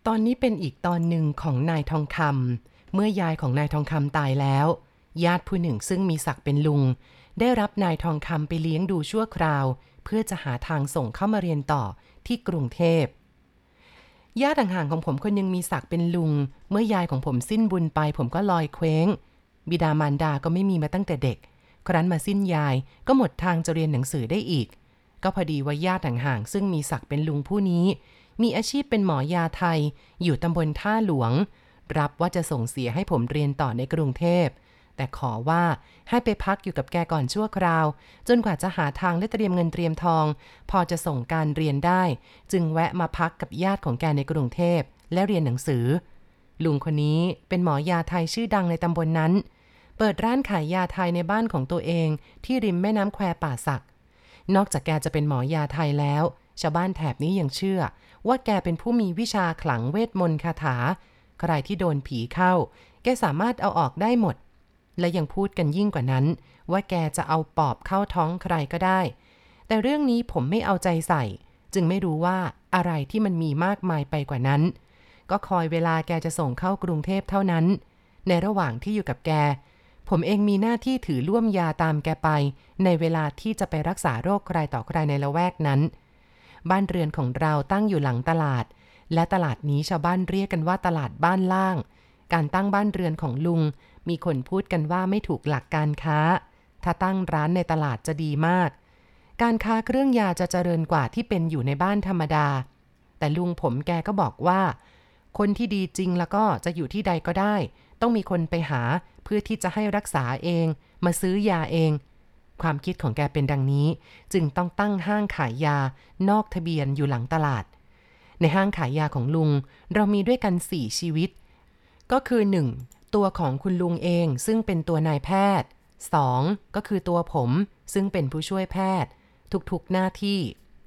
ตอนนี้เป็นอีกตอนหนึ่งของนายทองคำเมื่อยายของนายทองคำตายแล้วญาติผู้หนึ่งซึ่งมีศักดิ์เป็นลุงได้รับนายทองคำไปเลี้ยงดูชั่วคราวเพื่อจะหาทางส่งเข้ามาเรียนต่อที่กรุงเทพญาติห่างๆของผมคนยังมีศักดิ์เป็นลุงเมื่อยายของผมสิ้นบุญไปผมก็ลอยเคว้งบิดามารดาก็ไม่มีมาตั้งแต่เด็กครั้นมาสิ้นยายก็หมดทางจะเรียนหนังสือได้อีกก็พอดีว่าญาติห่างๆซึ่งมีศักดิ์เป็นลุงผู้นี้มีอาชีพเป็นหมอยาไทยอยู่ตำบลท่าหลวงรับว่าจะส่งเสียให้ผมเรียนต่อในกรุงเทพแต่ขอว่าให้ไปพักอยู่กับแกก่อนชั่วคราวจนกว่าจะหาทางและเตรียมเงินเตรียมทองพอจะส่งการเรียนได้จึงแวะมาพักกับญาติของแกในกรุงเทพและเรียนหนังสือลุงคนนี้เป็นหมอยาไทยชื่อดังในตำบลนั้นเปิดร้านขายยาไทยในบ้านของตัวเองที่ริมแม่น้ำแควป่าสักนอกจากแกจะเป็นหมอยาไทยแล้วชาวบ้านแถบนี้ยังเชื่อว่าแกเป็นผู้มีวิชาขลังเวทมนต์คาถาใครที่โดนผีเข้าแกสามารถเอาออกได้หมดและยังพูดกันยิ่งกว่านั้นว่าแกจะเอาปอบเข้าท้องใครก็ได้แต่เรื่องนี้ผมไม่เอาใจใส่จึงไม่รู้ว่าอะไรที่มันมีมากมายไปกว่านั้นก็คอยเวลาแกจะส่งเข้ากรุงเทพเท่านั้นในระหว่างที่อยู่กับแกผมเองมีหน้าที่ถือล่วมยาตามแกไปในเวลาที่จะไปรักษาโรคใครต่อใครในละแวกนั้นบ้านเรือนของเราตั้งอยู่หลังตลาดและตลาดนี้ชาวบ้านเรียกกันว่าตลาดบ้านล่างการตั้งบ้านเรือนของลุงมีคนพูดกันว่าไม่ถูกหลักการค้าถ้าตั้งร้านในตลาดจะดีมากการค้าเครื่องยาจะเจริญกว่าที่เป็นอยู่ในบ้านธรรมดาแต่ลุงผมแกก็บอกว่าคนที่ดีจริงแล้วก็จะอยู่ที่ใดก็ได้ต้องมีคนไปหาเพื่อที่จะให้รักษาเองมาซื้อยาเองความคิดของแกเป็นดังนี้จึงต้องตั้งห้างขายยานอกทะเบียนอยู่หลังตลาดในห้างขายยาของลุงเรามีด้วยกัน4ชีวิตก็คือ1ตัวของคุณลุงเองซึ่งเป็นตัวนายแพทย์2ก็คือตัวผมซึ่งเป็นผู้ช่วยแพทย์ทุกๆหน้าที่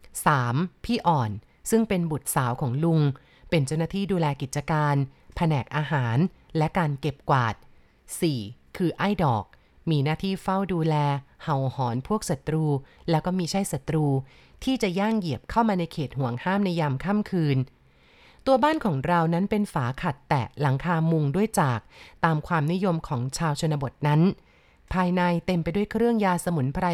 3พี่อ่อนซึ่งเป็นบุตรสาวของลุงเป็นเจ้าหน้าที่ดูแลกิจการแผนกอาหารและการเก็บกวาด4คือไอ้ดอกมีหน้าที่เฝ้าดูแลเห่าหอนพวกศัตรูแล้วก็มีใช่ศัตรูที่จะย่างเหยียบเข้ามาในเขตห่วงห้ามในยามค่ำคืนตัวบ้านของเรานั้นเป็นฝาขัดแตะหลังคามุงด้วยจากตามความนิยมของชาวชนบทนั้นภายในเต็มไปด้วยเครื่องยาสมุนไพร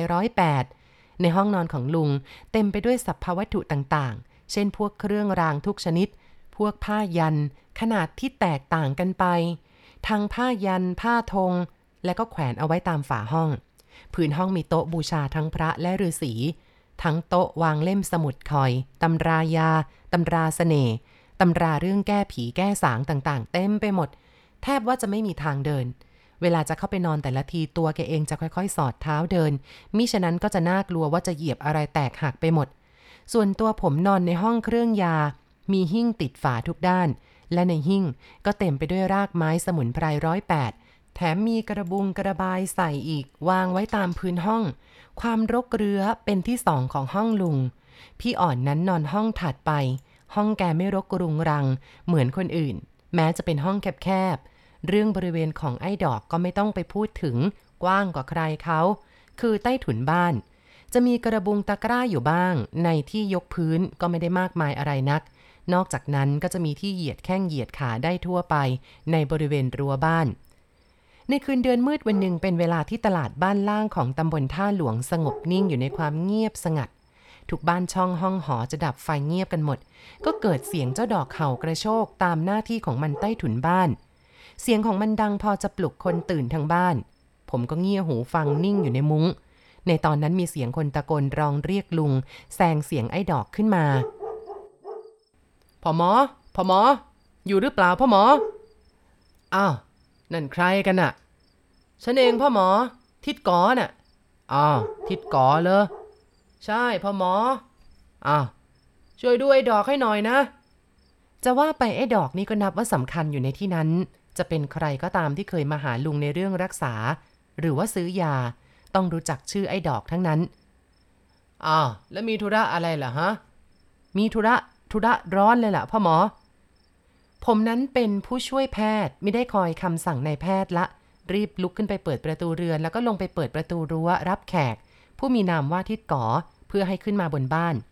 108ในห้องนอนของลุงเต็มไปด้วยสรรพวัตถุต่างๆเช่นพวกเครื่องรางทุกชนิดพวกผ้ายันขนาดที่แตกต่างกันไปทั้งผ้ายันผ้าธงและก็แขวนเอาไว้ตามฝาห้องพื้นห้องมีโต๊ะบูชาทั้งพระและฤาษีทั้งโต๊ะวางเล่มสมุดคอยตำรายาตำราเสน่ห์ตำราเรื่องแก้ผีแก้สางต่างๆเต็มไปหมดแทบว่าจะไม่มีทางเดินเวลาจะเข้าไปนอนแต่ละทีตัวแกเองจะค่อยๆสอดเท้าเดินมิฉะนั้นก็จะน่ากลัวว่าจะเหยียบอะไรแตกหักไปหมดส่วนตัวผมนอนในห้องเครื่องยามีหิ้งติดฝาทุกด้านและในหิ้งก็เต็มไปด้วยรากไม้สมุนไพร108แถมมีกระบุงกระบายใส่อีกวางไว้ตามพื้นห้องความรกเรื้อเป็นที่2ของห้องลุงพี่อ่อนนั้นนอนห้องถัดไปห้องแกไม่รกรุงรังเหมือนคนอื่นแม้จะเป็นห้องแคบๆเรื่องบริเวณของไอ้ดอกก็ไม่ต้องไปพูดถึงกว้างกว่าใครเขาคือใต้ถุนบ้านจะมีกระบุงตะกร้าอยู่บ้างในที่ยกพื้นก็ไม่ได้มากมายอะไรนักนอกจากนั้นก็จะมีที่เหยียดแข้งเหยียดขาได้ทั่วไปในบริเวณรั้วบ้านในคืนเดือนมืดวันหนึ่งเป็นเวลาที่ตลาดบ้านล่างของตำบลท่าหลวงสงบนิ่งอยู่ในความเงียบสงัดทุกบ้านช่องห้องหอจะดับไฟเงียบกันหมดก็เกิดเสียงเจ้าดอกเห่ากระโชกตามหน้าที่ของมันใต้ถุนบ้านเสียงของมันดังพอจะปลุกคนตื่นทางบ้านผมก็เงี่ยหูฟังนิ่งอยู่ในมุ้งในตอนนั้นมีเสียงคนตะโกนร้องเรียกลุงแซงเสียงไอ้ดอกขึ้นมาพ่อหมออยู่หรือเปล่าพ่อหมออ้าวนั่นใครกันน่ะฉันเองพ่อหมอทิดก๋อน่ะอ้าวทิดก๋อเหรอใช่พ่อหมออ้าวช่วยดูไอ้ดอกให้หน่อยนะจะว่าไปไอ้ดอกนี่ก็นับว่าสำคัญอยู่ในที่นั้นจะเป็นใครก็ตามที่เคยมาหาลุงในเรื่องรักษาหรือว่าซื้อยาต้องรู้จักชื่อไอ้ดอกทั้งนั้นอ้าวแล้วมีธุระอะไรล่ะฮะมีธุระร้อนเลยล่ะพ่อหมอผมนั้นเป็นผู้ช่วยแพทย์ไม่ได้คอยคำสั่งนายแพทย์ละรีบลุกขึ้นไปเปิดประตูเรือนแล้วก็ลงไปเปิดประตูรั้วรับแขกผู้มีนามว่าทิดก๋อเพื่อให้ขึ้นมาบนบ้าน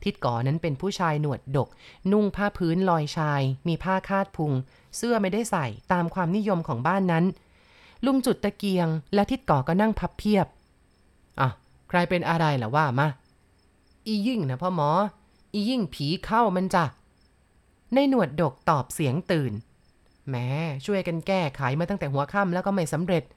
ทิดก่อนั้นเป็นผู้ชายหนวดดกนุ่งผ้าพื้นลอยชายมีผ้าคาดพุงเสื้อไม่ได้ใส่ตามความนิยมของบ้านนั้นลุงจุดตะเกียงและทิดก่อก็นั่งพับเพียบอ่ะใครเป็นอะไรล่ะว่ามาอียิ่งนะพ่อหมออียิ่งผีเข้ามันจ้ะในหนวดดกตอบเสียงตื่นแหมช่วยกันแก้ไขมาตั้งแต่หัวค่ำแล้วก็ไม่สำเร็จ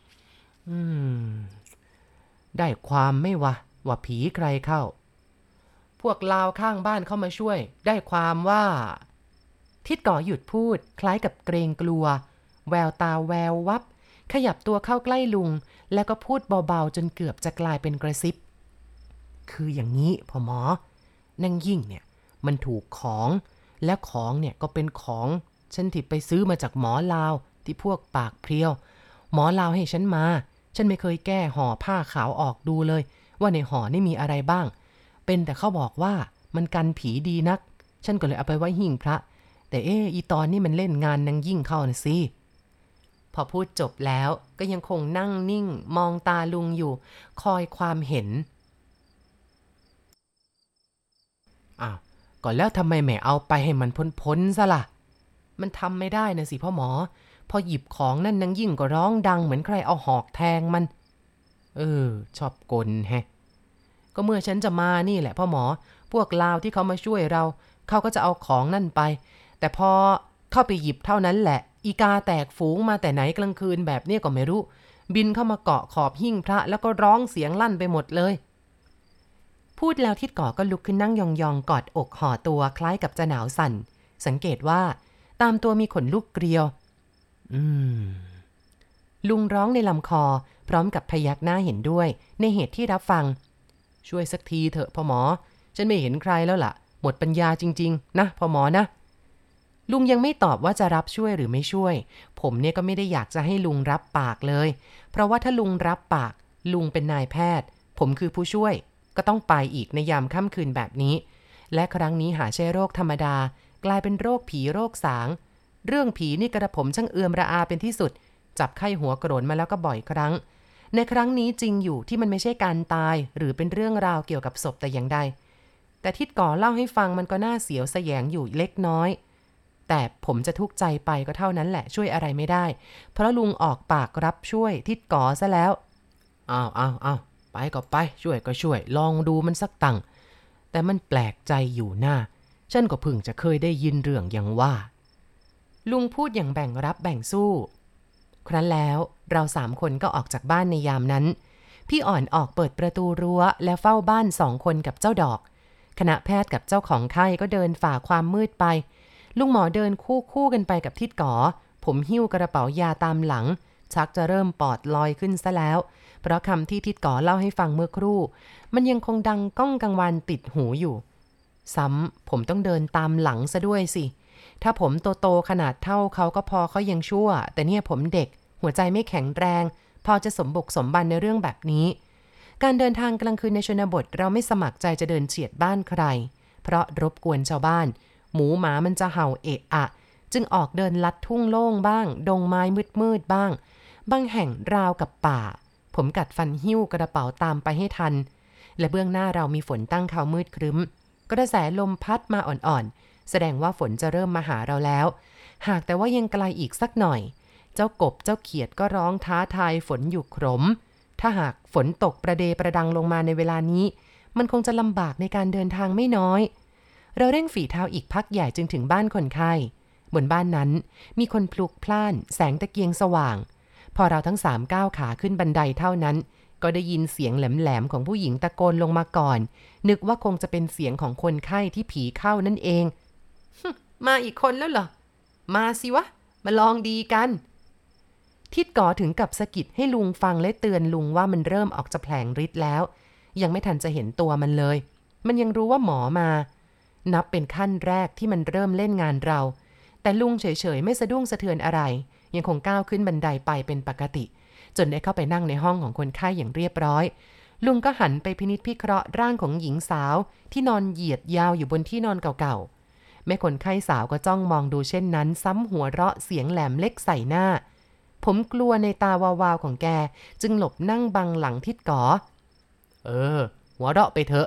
ได้ความไม่วะว่าผีใครเข้าพวกลาวข้างบ้านเข้ามาช่วยได้ความว่าทิดก่อหยุดพูดคล้ายกับเกรงกลัวแววตาแวววับขยับตัวเข้าใกล้ลุงแล้วก็พูดเบาๆจนเกือบจะกลายเป็นกระซิบคืออย่างนี้พ่อหมอนางยิ่งเนี่ยมันถูกของและของเนี่ยก็เป็นของฉันที่ไปซื้อมาจากหมอลาวที่พวกปากเพรียวหมอลาวให้ฉันมาฉันไม่เคยแก้ห่อผ้าขาวออกดูเลยว่าในห่อนี่มีอะไรบ้างเป็นแต่เขาบอกว่ามันกันผีดีนักฉันก็เลยเอาไปไว้หิ้งพระแต่อีตอนนี้มันเล่นงานนางยิ่งเข้านะสิพอพูดจบแล้วก็ยังคงนั่งนิ่งมองตาลุงอยู่คอยความเห็นอ้าวก่อนแล้วทำไมไม่เอาไปให้มันพ้นซะล่ะมันทำไม่ได้นะสิพ่อหมอพอหยิบของนั่นนางยิ่งก็ร้องดังเหมือนใครเอาหอกแทงมันชอบกลแฮะก็เมื่อฉันจะมานี่แหละพ่อหมอพวกลาวที่เขามาช่วยเราเขาก็จะเอาของนั่นไปแต่พอเข้าไปหยิบเท่านั้นแหละอีกาแตกฝูงมาแต่ไหนกลางคืนแบบนี้ก็ไม่รู้บินเข้ามาเกาะขอบหิ้งพระแล้วก็ร้องเสียงลั่นไปหมดเลยพูดแล้วทิดก่อก็ลุกขึ้นนั่งยองๆกอดอกห่อตัวคล้ายกับจะหนาวสั่นสังเกตว่าตามตัวมีขนลุกเกลียวลุงร้องในลำคอพร้อมกับพยักหน้าเห็นด้วยในเหตุที่รับฟังช่วยสักทีเถอะพ่อหมอฉันไม่เห็นใครแล้วล่ะหมดปัญญาจริงๆนะพ่อหมอนะลุงยังไม่ตอบว่าจะรับช่วยหรือไม่ช่วยผมเนี่ยก็ไม่ได้อยากจะให้ลุงรับปากเลยเพราะว่าถ้าลุงรับปากลุงเป็นนายแพทย์ผมคือผู้ช่วยก็ต้องไปอีกในยามค่ำคืนแบบนี้และครั้งนี้หาใช่โรคธรรมดากลายเป็นโรคผีโรคสางเรื่องผีนี่กระผมช่างเอือมระอาเป็นที่สุดจับไข้หัวโกรนมาแล้วก็บ่อยครั้งในครั้งนี้จริงอยู่ที่มันไม่ใช่การตายหรือเป็นเรื่องราวเกี่ยวกับศพแต่อย่างใดแต่ทิดก่อเล่าให้ฟังมันก็น่าเสียวแสยงอยู่เล็กน้อยแต่ผมจะทุกข์ใจไปก็เท่านั้นแหละช่วยอะไรไม่ได้เพราะลุงออกปากรับช่วยทิดก่อซะแล้วอ้าวไปก็ไปช่วยก็ช่วยลองดูมันสักตั้งแต่มันแปลกใจอยู่หน้าฉันก็เพิ่งจะเคยได้ยินเรื่องอย่างว่าลุงพูดอย่างแบ่งรับแบ่งสู้ครั้นแล้วเรา3 คนก็ออกจากบ้านในยามนั้นพี่อ่อนออกเปิดประตูรั้วและเฝ้าบ้าน2 คนกับเจ้าดอกคณะแพทย์กับเจ้าของไข้ก็เดินฝ่าความมืดไปลุงหมอเดินคู่กันไปกับทิดก๋อผมหิ้วกระเป๋ายาตามหลังชักจะเริ่มปอดลอยขึ้นซะแล้วเพราะคำที่ทิดก๋อเล่าให้ฟังเมื่อครู่มันยังคงดังก้องกังวานติดหูอยู่ซ้ำผมต้องเดินตามหลังซะด้วยสิถ้าผมโตขนาดเท่าเขาก็พอเขายังชั่วแต่เนี่ยผมเด็กหัวใจไม่แข็งแรงพอจะสมบุกสมบันในเรื่องแบบนี้การเดินทางกลางคืนในชนบทเราไม่สมัครใจจะเดินเฉียดบ้านใครเพราะรบกวนชาวบ้านหมูหมามันจะเห่าเอะอะจึงออกเดินลัดทุ่งโล่งบ้างดงไม้มืดบ้างบางแห่งราวกับป่าผมกัดฟันหิ้วกระเป๋าตามไปให้ทันและเบื้องหน้าเรามีฝนตั้งเขามืดครึ้มกระแสลมพัดมาอ่อนๆแสดงว่าฝนจะเริ่มมาหาเราแล้วหากแต่ว่ายังไกลอีกสักหน่อยเจ้ากบเจ้าเขียดก็ร้องท้าทายฝนอยู่ขรมถ้าหากฝนตกประเดประดังลงมาในเวลานี้มันคงจะลำบากในการเดินทางไม่น้อยเราเร่งฝีเท้าอีกพักใหญ่จึงถึงบ้านคนไข้บนบ้านนั้นมีคนพลุกพล่านแสงตะเกียงสว่างพอเราทั้ง3ก้าวขาขึ้นบันไดเท่านั้นก็ได้ยินเสียงแหลมๆของผู้หญิงตะโกนลงมาก่อนนึกว่าคงจะเป็นเสียงของคนไข้ที่ผีเข้านั่นเองมาอีกคนแล้วเหรอมาสิวะมาลองดีกันทิดก่อถึงกับสะกิดให้ลุงฟังและเตือนลุงว่ามันเริ่มออกจะแผลงฤทธิ์แล้วยังไม่ทันจะเห็นตัวมันเลยมันยังรู้ว่าหมอมานับเป็นขั้นแรกที่มันเริ่มเล่นงานเราแต่ลุงเฉยๆไม่สะดุ้งสะเทือนอะไรยังคงก้าวขึ้นบันไดไปเป็นปกติจนได้เข้าไปนั่งในห้องของคนไข้อย่างเรียบร้อยลุงก็หันไปพินิจพิเคราะห์ร่างของหญิงสาวที่นอนเหยียดยาวอยู่บนที่นอนเก่าๆแม่คนไข้สาวก็จ้องมองดูเช่นนั้นซ้ำหัวเราะเสียงแหลมเล็กใส่หน้าผมกลัวในตาวาวๆของแกจึงหลบนั่งบังหลังทิดก๋อหัวเราะไปเถอะ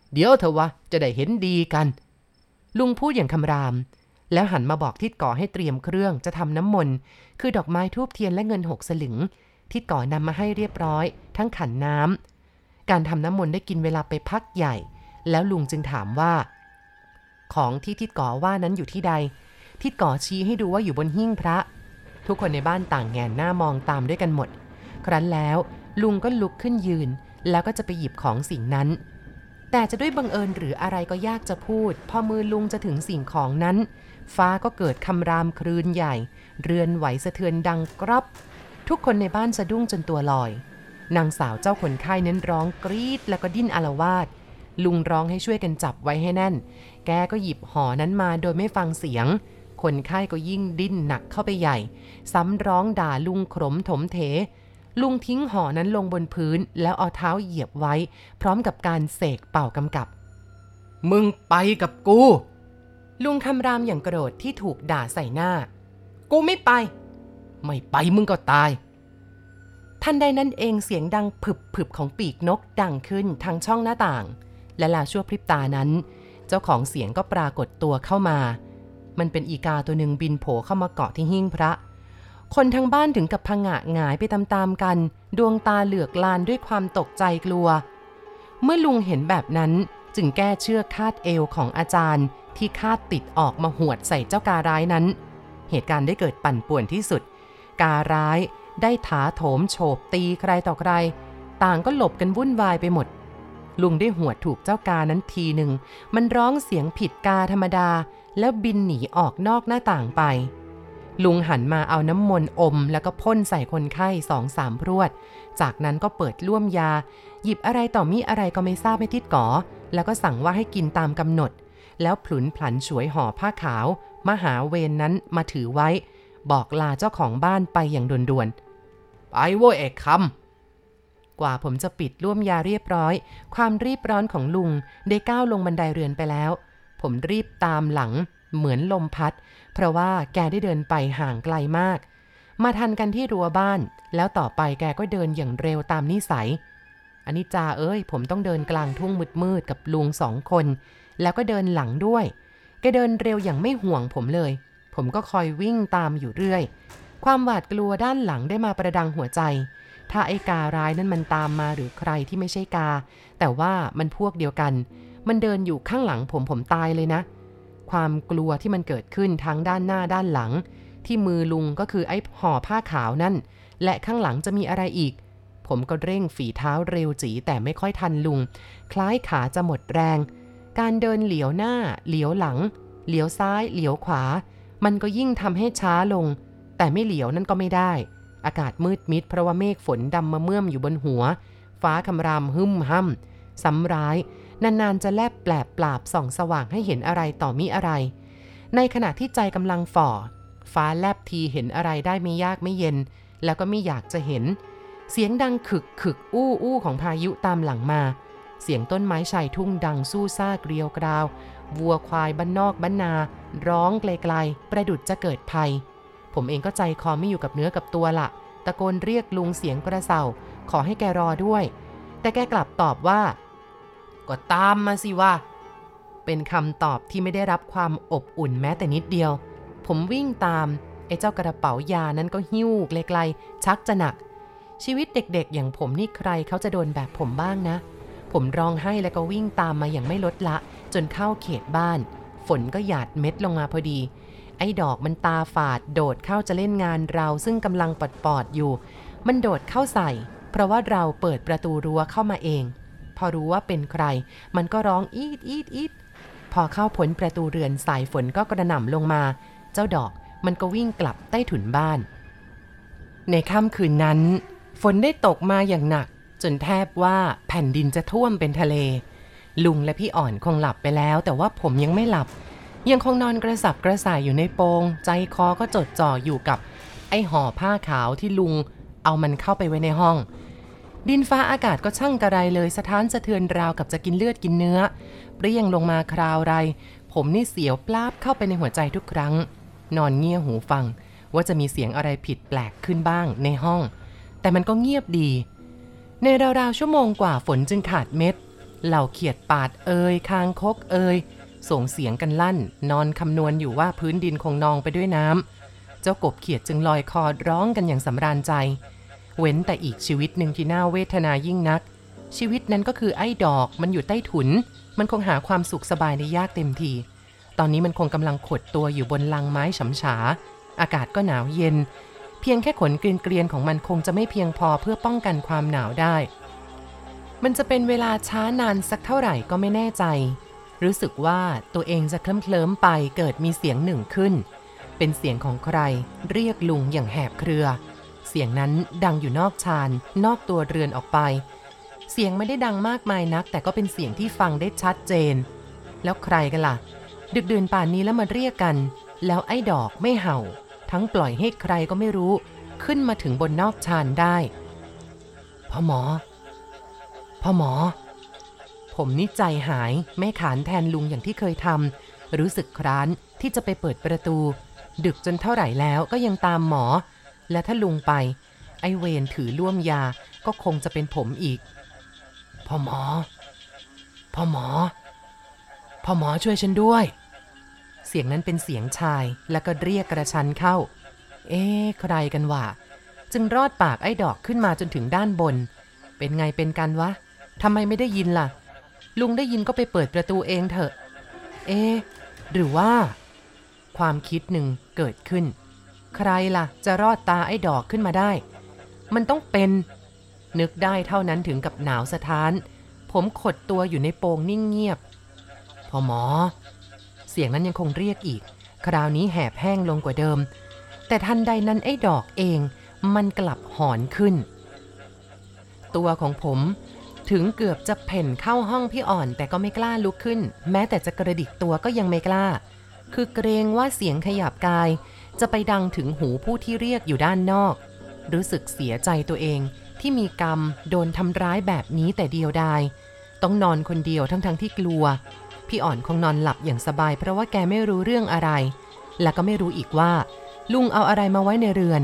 เดี๋ยวเถอะวะจะได้เห็นดีกันลุงพูดอย่างคำรามแล้วหันมาบอกทิดก่อให้เตรียมเครื่องจะทำน้ำมนต์คือดอกไม้ธูปเทียนและเงิน6 สลึงทิดก่อนำมาให้เรียบร้อยทั้งขันน้ำการทำน้ำมนต์ได้กินเวลาไปพักใหญ่แล้วลุงจึงถามว่าของที่ทิดก่อว่านั้นอยู่ที่ใดทิดก่อชี้ให้ดูว่าอยู่บนหิ้งพระทุกคนในบ้านต่างแงนหน้ามองตามด้วยกันหมดครั้นแล้วลุงก็ลุกขึ้นยืนแล้วก็จะไปหยิบของสิ่งนั้นแต่จะด้วยบังเอิญหรืออะไรก็ยากจะพูดพอมือลุงจะถึงสิ่งของนั้นฟ้าก็เกิดคำรามครืนใหญ่เรือนไหวสะเทือนดังกรอบทุกคนในบ้านสะดุ้งจนตัวลอยนางสาวเจ้าคนไข้นั้นร้องกรีดแล้วก็ดิ้นอาละวาดลุงร้องให้ช่วยกันจับไว้ให้แน่นแกก็หยิบห่อนั้นมาโดยไม่ฟังเสียงคนไข้ก็ยิ่งดิ้นหนักเข้าไปใหญ่ซ้ำร้องด่าลุงขมถมเถลุงทิ้งห่อนั้นลงบนพื้นแล้วเอาเท้าเหยียบไว้พร้อมกับการเสกเป่ากำกับมึงไปกับกูลุงคำรามอย่างโกรธที่ถูกด่าใส่หน้ากูไม่ไปมึงก็ตายทันใดนั้นเองเสียงดังผึบของปีกนกดังขึ้นทางช่องหน้าต่างและลาชั่วพริบตานั้นเจ้าของเสียงก็ปรากฏตัวเข้ามามันเป็นอีกาตัวหนึ่งบินโผล่เข้ามาเกาะที่หิ้งพระคนทั้งบ้านถึงกับผงะหงายไปตามๆกันดวงตาเหลือกลานด้วยความตกใจกลัวเมื่อลุงเห็นแบบนั้นจึงแก้เชือกคาดเอวของอาจารย์ที่คาดติดออกมาหวดใส่เจ้าการ้ายนั้นเหตุการณ์ได้เกิดปั่นป่วนที่สุดการ้ายได้ถาโถมโฉบตีใครต่อใครต่างก็หลบกันวุ่นวายไปหมดลุงได้หวดถูกเจ้ากานั้นทีหนึ่งมันร้องเสียงผิดกาธรรมดาแล้วบินหนีออกนอกหน้าต่างไปลุงหันมาเอาน้ำมนต์อมแล้วก็พ่นใส่คนไข้2-3 พรวดจากนั้นก็เปิดล่วมยาหยิบอะไรต่อมีอะไรก็ไม่ทราบให้ทิดก๋อแล้วก็สั่งว่าให้กินตามกำหนดแล้วผลุนผลันฉวยห่อผ้าขาวมหาเวรนั้นมาถือไว้บอกลาเจ้าของบ้านไปอย่างด่วนๆไปโว้ยเอกคำกว่าผมจะปิดล่วมยาเรียบร้อยความรีบร้อนของลุงได้ก้าวลงบันไดเรือนไปแล้วผมรีบตามหลังเหมือนลมพัดเพราะว่าแกได้เดินไปห่างไกลมากมาทันกันที่รั้วบ้านแล้วต่อไปแกก็เดินอย่างเร็วตามนิสัยอนิจจาผมต้องเดินกลางทุ่งมืดๆกับลุง2 คนแล้วก็เดินหลังด้วยแกเดินเร็วอย่างไม่ห่วงผมเลยผมก็คอยวิ่งตามอยู่เรื่อยความหวาดกลัวด้านหลังได้มาประดังหัวใจถ้าไอ้การ้ายนั้นมันตามมาหรือใครที่ไม่ใช่กาแต่ว่ามันพวกเดียวกันมันเดินอยู่ข้างหลังผมตายเลยนะความกลัวที่มันเกิดขึ้นทั้งด้านหน้าด้านหลังที่มือลุงก็คือไอ้ห่อผ้าขาวนั่นและข้างหลังจะมีอะไรอีกผมก็เร่งฝีเท้าเร็วจีแต่ไม่ค่อยทันลุงคล้ายขาจะหมดแรงการเดินเหลียวหน้าเหลียวหลังเหลียวซ้ายเหลียวขวามันก็ยิ่งทำให้ช้าลงแต่ไม่เหลียวนั่นก็ไม่ได้อากาศมืดมิดเพราะว่าเมฆฝนดำมาเมื่อมอยู่บนหัวฟ้าคำรามหึ่มห้ำซ้ำร้ายนานๆจะแลบแปลบปราบส่องสว่างให้เห็นอะไรต่อมิอะไรในขณะที่ใจกำลังฝ่อฟ้าแลบทีเห็นอะไรได้ไม่ยากไม่เย็นแล้วก็ไม่อยากจะเห็นเสียงดังขึกอู้ของพายุตามหลังมาเสียงต้นไม้ชายทุ่งดังสู้ซ่าเกลียวกราววัวควายบ้านนอกบ้านนาร้องไกลๆประดุจจะเกิดภัยผมเองก็ใจคอไม่อยู่กับเนื้อกับตัวละตะโกนเรียกลุงเสียงกระเซาขอให้แกรอด้วยแต่แกกลับตอบว่าก็ตามมาสิว่าเป็นคำตอบที่ไม่ได้รับความอบอุ่นแม้แต่นิดเดียวผมวิ่งตามไอ้เจ้ากระเป๋ายานั้นก็หิ้วไกลๆชักจะหนักชีวิตเด็กๆอย่างผมนี่ใครเขาจะโดนแบบผมบ้างนะผมร้องไห้แล้วก็วิ่งตามมาอย่างไม่ลดละจนเข้าเขตบ้านฝนก็หยาดเม็ดลงมาพอดีไอ้ดอกมันตาฝาดโดดเข้าจะเล่นงานเราซึ่งกำลังปอดอยู่มันโดดเข้าใส่เพราะว่าเราเปิดประตูรั้วเข้ามาเองพอรู้ว่าเป็นใครมันก็ร้องอีดพอเข้าพ้นประตูเรือนสายฝนก็กระหน่ำลงมาเจ้าดอกมันก็วิ่งกลับใต้ถุนบ้านในค่ำคืนนั้นฝนได้ตกมาอย่างหนักจนแทบว่าแผ่นดินจะท่วมเป็นทะเลลุงและพี่อ่อนคงหลับไปแล้วแต่ว่าผมยังไม่หลับยังคงนอนกระสับกระส่ายอยู่ในโปงใจคอก็จดจ่ออยู่กับไอ้ห่อผ้าขาวที่ลุงเอามันเข้าไปไว้ในห้องดินฟ้าอากาศก็ช่างกระไรเลยสะท้านสะเทือนราวกับจะกินเลือดกินเนื้อเปรี้ยงลงมาคราวไรผมนี่เสียวปลาบเข้าไปในหัวใจทุกครั้งนอนเงี่ยหูฟังว่าจะมีเสียงอะไรผิดแปลกขึ้นบ้างในห้องแต่มันก็เงียบดีในราวๆชั่วโมงกว่าฝนจึงขาดเม็ดเหล่าเขียดปาดคางคกส่งเสียงกันลั่นนอนคำนวณอยู่ว่าพื้นดินคงนองไปด้วยน้ำเจ้ากบเขียดจึงลอยคอร้องกันอย่างสำราญใจเว้นแต่อีกชีวิตหนึ่งที่น่าเวทนายิ่งนักชีวิตนั้นก็คือไอ้ดอกมันอยู่ใต้ถุนมันคงหาความสุขสบายได้ยากเต็มทีตอนนี้มันคงกำลังขดตัวอยู่บนลังไม้ฉำฉาอากาศก็หนาวเย็นเพียงแค่ขนเกรียนๆของมันคงจะไม่เพียงพอเพื่อป้องกันความหนาวได้มันจะเป็นเวลาช้านานสักเท่าไหร่ก็ไม่แน่ใจรู้สึกว่าตัวเองจะเคลิ้มไปเกิดมีเสียงหนึ่งขึ้นเป็นเสียงของใครเรียกลุงอย่างแหบเครือเสียงนั้นดังอยู่นอกชานนอกตัวเรือนออกไปเสียงไม่ได้ดังมากมายนักแต่ก็เป็นเสียงที่ฟังได้ชัดเจนแล้วใครกันล่ะดึกดื่นป่านนี้แล้วมาเรียกกันแล้วไอ้ดอกไม่เห่าทั้งปล่อยให้ใครก็ไม่รู้ขึ้นมาถึงบนนอกชานได้พ่อหมอผมนี่ใจหายไม่ขานแทนลุงอย่างที่เคยทำรู้สึกคร้านที่จะไปเปิดประตูดึกจนเท่าไหร่แล้วก็ยังตามหมอและถ้าลุงไปไอ้เวรถือล่วมยาก็คงจะเป็นผมอีกพ่อหมอช่วยฉันด้วยเสียงนั้นเป็นเสียงชายแล้วก็เรียกกระชั้นเข้าใครกันวะจึงรอดปากไอ้ดอกขึ้นมาจนถึงด้านบนเป็นไงเป็นกันวะทำไมไม่ได้ยินล่ะลุงได้ยินก็ไปเปิดประตูเองเถอะหรือว่าความคิดหนึ่งเกิดขึ้นใครล่ะจะรอดตาไอ้ดอกขึ้นมาได้มันต้องเป็นนึกได้เท่านั้นถึงกับหนาวสะท้านผมขดตัวอยู่ในโปงนิ่งเงียบพ่อหมอเสียงนั้นยังคงเรียกอีกคราวนี้แหบแห้งลงกว่าเดิมแต่ทันใดนั้นไอ้ดอกเองมันกลับหอนขึ้นตัวของผมถึงเกือบจะเพ่นเข้าห้องพี่อ่อนแต่ก็ไม่กล้าลุกขึ้นแม้แต่จะกระดิกตัวก็ยังไม่กล้าคือเกรงว่าเสียงขยับกายจะไปดังถึงหูผู้ที่เรียกอยู่ด้านนอกรู้สึกเสียใจตัวเองที่มีกรรมโดนทำร้ายแบบนี้แต่เดียวดายต้องนอนคนเดียวทั้งที่กลัวพี่อ่อนคงนอนหลับอย่างสบายเพราะว่าแกไม่รู้เรื่องอะไรและก็ไม่รู้อีกว่าลุงเอาอะไรมาไว้ในเรือน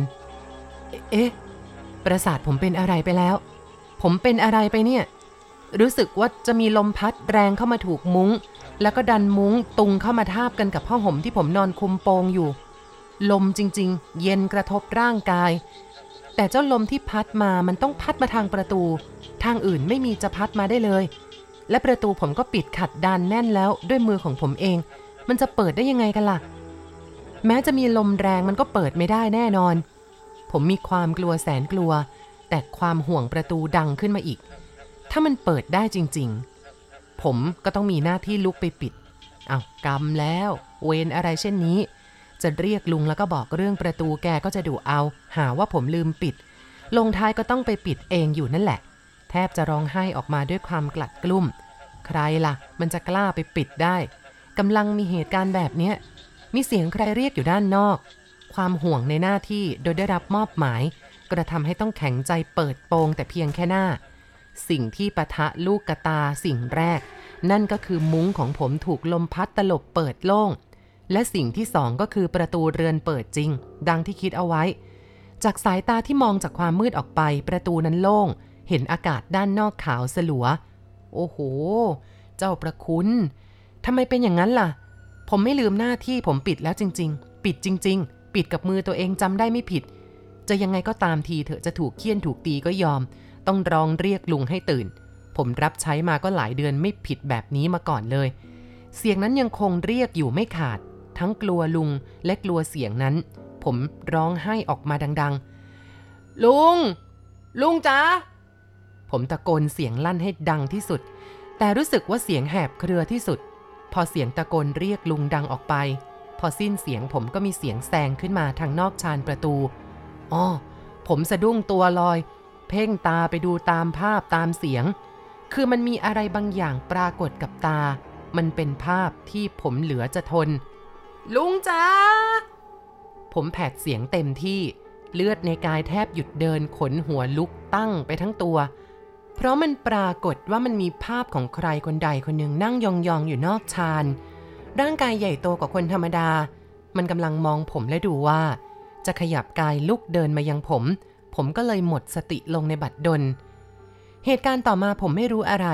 ประสาทผมเป็นอะไรไปแล้วผมเป็นอะไรไปเนี่ยรู้สึกว่าจะมีลมพัดแรงเข้ามาถูกมุ้งแล้วก็ดันมุ้งตุงเข้ามาทาบกันกับผ้าห่มที่ผมนอนคุมโปงอยู่ลมจริงๆเย็นกระทบร่างกายแต่เจ้าลมที่พัดมามันต้องพัดมาทางประตูทางอื่นไม่มีจะพัดมาได้เลยและประตูผมก็ปิดขัดดานแน่นแล้วด้วยมือของผมเองมันจะเปิดได้ยังไงกันล่ะแม้จะมีลมแรงมันก็เปิดไม่ได้แน่นอนผมมีความกลัวแสนกลัวแต่ความห่วงประตูดังขึ้นมาอีกถ้ามันเปิดได้จริงๆผมก็ต้องมีหน้าที่ลุกไปปิดกรรมแล้วเวรอะไรเช่นนี้จะเรียกลุงแล้วก็บอกเรื่องประตูแกก็จะดุเอาหาว่าผมลืมปิดลงท้ายก็ต้องไปปิดเองอยู่นั่นแหละแทบจะร้องไห้ออกมาด้วยความกลัดกลุ้มใครล่ะมันจะกล้าไปปิดได้กำลังมีเหตุการณ์แบบนี้มีเสียงใครเรียกอยู่ด้านนอกความห่วงในหน้าที่โดยได้รับมอบหมายกระทำให้ต้องแข็งใจเปิดโปงแต่เพียงแค่หน้าสิ่งที่ปะทะลูกกระตาสิ่งแรกนั่นก็คือมุ้งของผมถูกลมพัดตลบเปิดโล่งและสิ่งที่สองก็คือประตูเรือนเปิดจริงดังที่คิดเอาไว้จากสายตาที่มองจากความมืดออกไปประตูนั้นโล่งเห็นอากาศด้านนอกขาวสลัวโอ้โหเจ้าประคุณทำไมเป็นอย่างนั้นล่ะผมไม่ลืมหน้าที่ผมปิดแล้วจริงๆปิดจริงๆปิดกับมือตัวเองจำได้ไม่ผิดจะยังไงก็ตามทีเถอะจะถูกเฆี่ยนถูกตีก็ยอมต้องร้องเรียกลุงให้ตื่นผมรับใช้มาก็หลายเดือนไม่ผิดแบบนี้มาก่อนเลยเสียงนั้นยังคงเรียกอยู่ไม่ขาดทั้งกลัวลุงและกลัวเสียงนั้นผมร้องไห้ออกมาดังๆลุงจ๋าผมตะโกนเสียงลั่นให้ดังที่สุดแต่รู้สึกว่าเสียงแหบเครือที่สุดพอเสียงตะโกนเรียกลุงดังออกไปพอสิ้นเสียงผมก็มีเสียงแซงขึ้นมาทางนอกชานประตูผมสะดุ้งตัวลอยเพ่งตาไปดูตามภาพตามเสียงคือมันมีอะไรบางอย่างปรากฏกับตามันเป็นภาพที่ผมเหลือจะทนลุงจ๋าผมแผดเสียงเต็มที่เลือดในกายแทบหยุดเดินขนหัวลุกตั้งไปทั้งตัวเพราะมันปรากฏว่ามันมีภาพของใครคนใดคนหนึ่งนั่งยองๆอยู่นอกชานร่างกายใหญ่โตกว่าคนธรรมดามันกำลังมองผมและดูว่าจะขยับกายลุกเดินมายังผมก็เลยหมดสติลงในบัดดลเหตุการณ์ต่อมาผมไม่รู้อะไรแ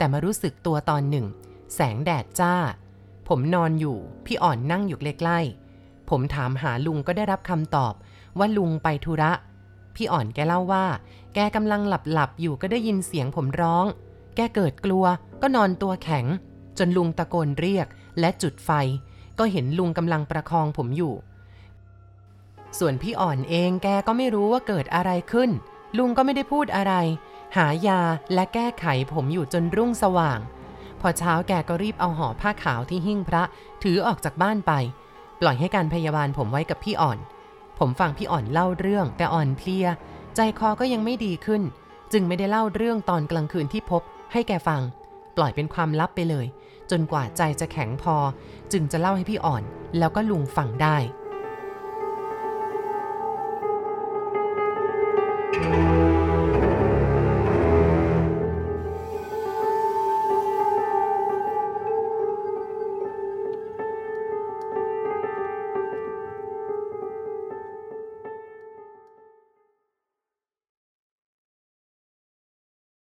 แต่มารู้สึกตัวตอนหนึ่งแสงแดดจ้าผมนอนอยู่พี่อ่อนนั่งอยู่ใกล้ๆผมถามหาลุงก็ได้รับคำตอบว่าลุงไปธุระพี่อ่อนแกเล่าว่าแกกำลังหลับอยู่ก็ได้ยินเสียงผมร้องแกเกิดกลัวก็นอนตัวแข็งจนลุงตะโกนเรียกและจุดไฟก็เห็นลุงกำลังประคองผมอยู่ส่วนพี่อ่อนเองแกก็ไม่รู้ว่าเกิดอะไรขึ้นลุงก็ไม่ได้พูดอะไรหายาและแก้ไขผมอยู่จนรุ่งสว่างพอเช้าแกก็รีบเอาห่อผ้าขาวที่หิ้งพระถือออกจากบ้านไปปล่อยให้การพยาบาลผมไว้กับพี่อ่อนผมฟังพี่อ่อนเล่าเรื่องแต่อ่อนเพลียใจคอก็ยังไม่ดีขึ้นจึงไม่ได้เล่าเรื่องตอนกลางคืนที่พบให้แกฟังปล่อยเป็นความลับไปเลยจนกว่าใจจะแข็งพอจึงจะเล่าให้พี่อ่อนแล้วก็ลุงฟังได้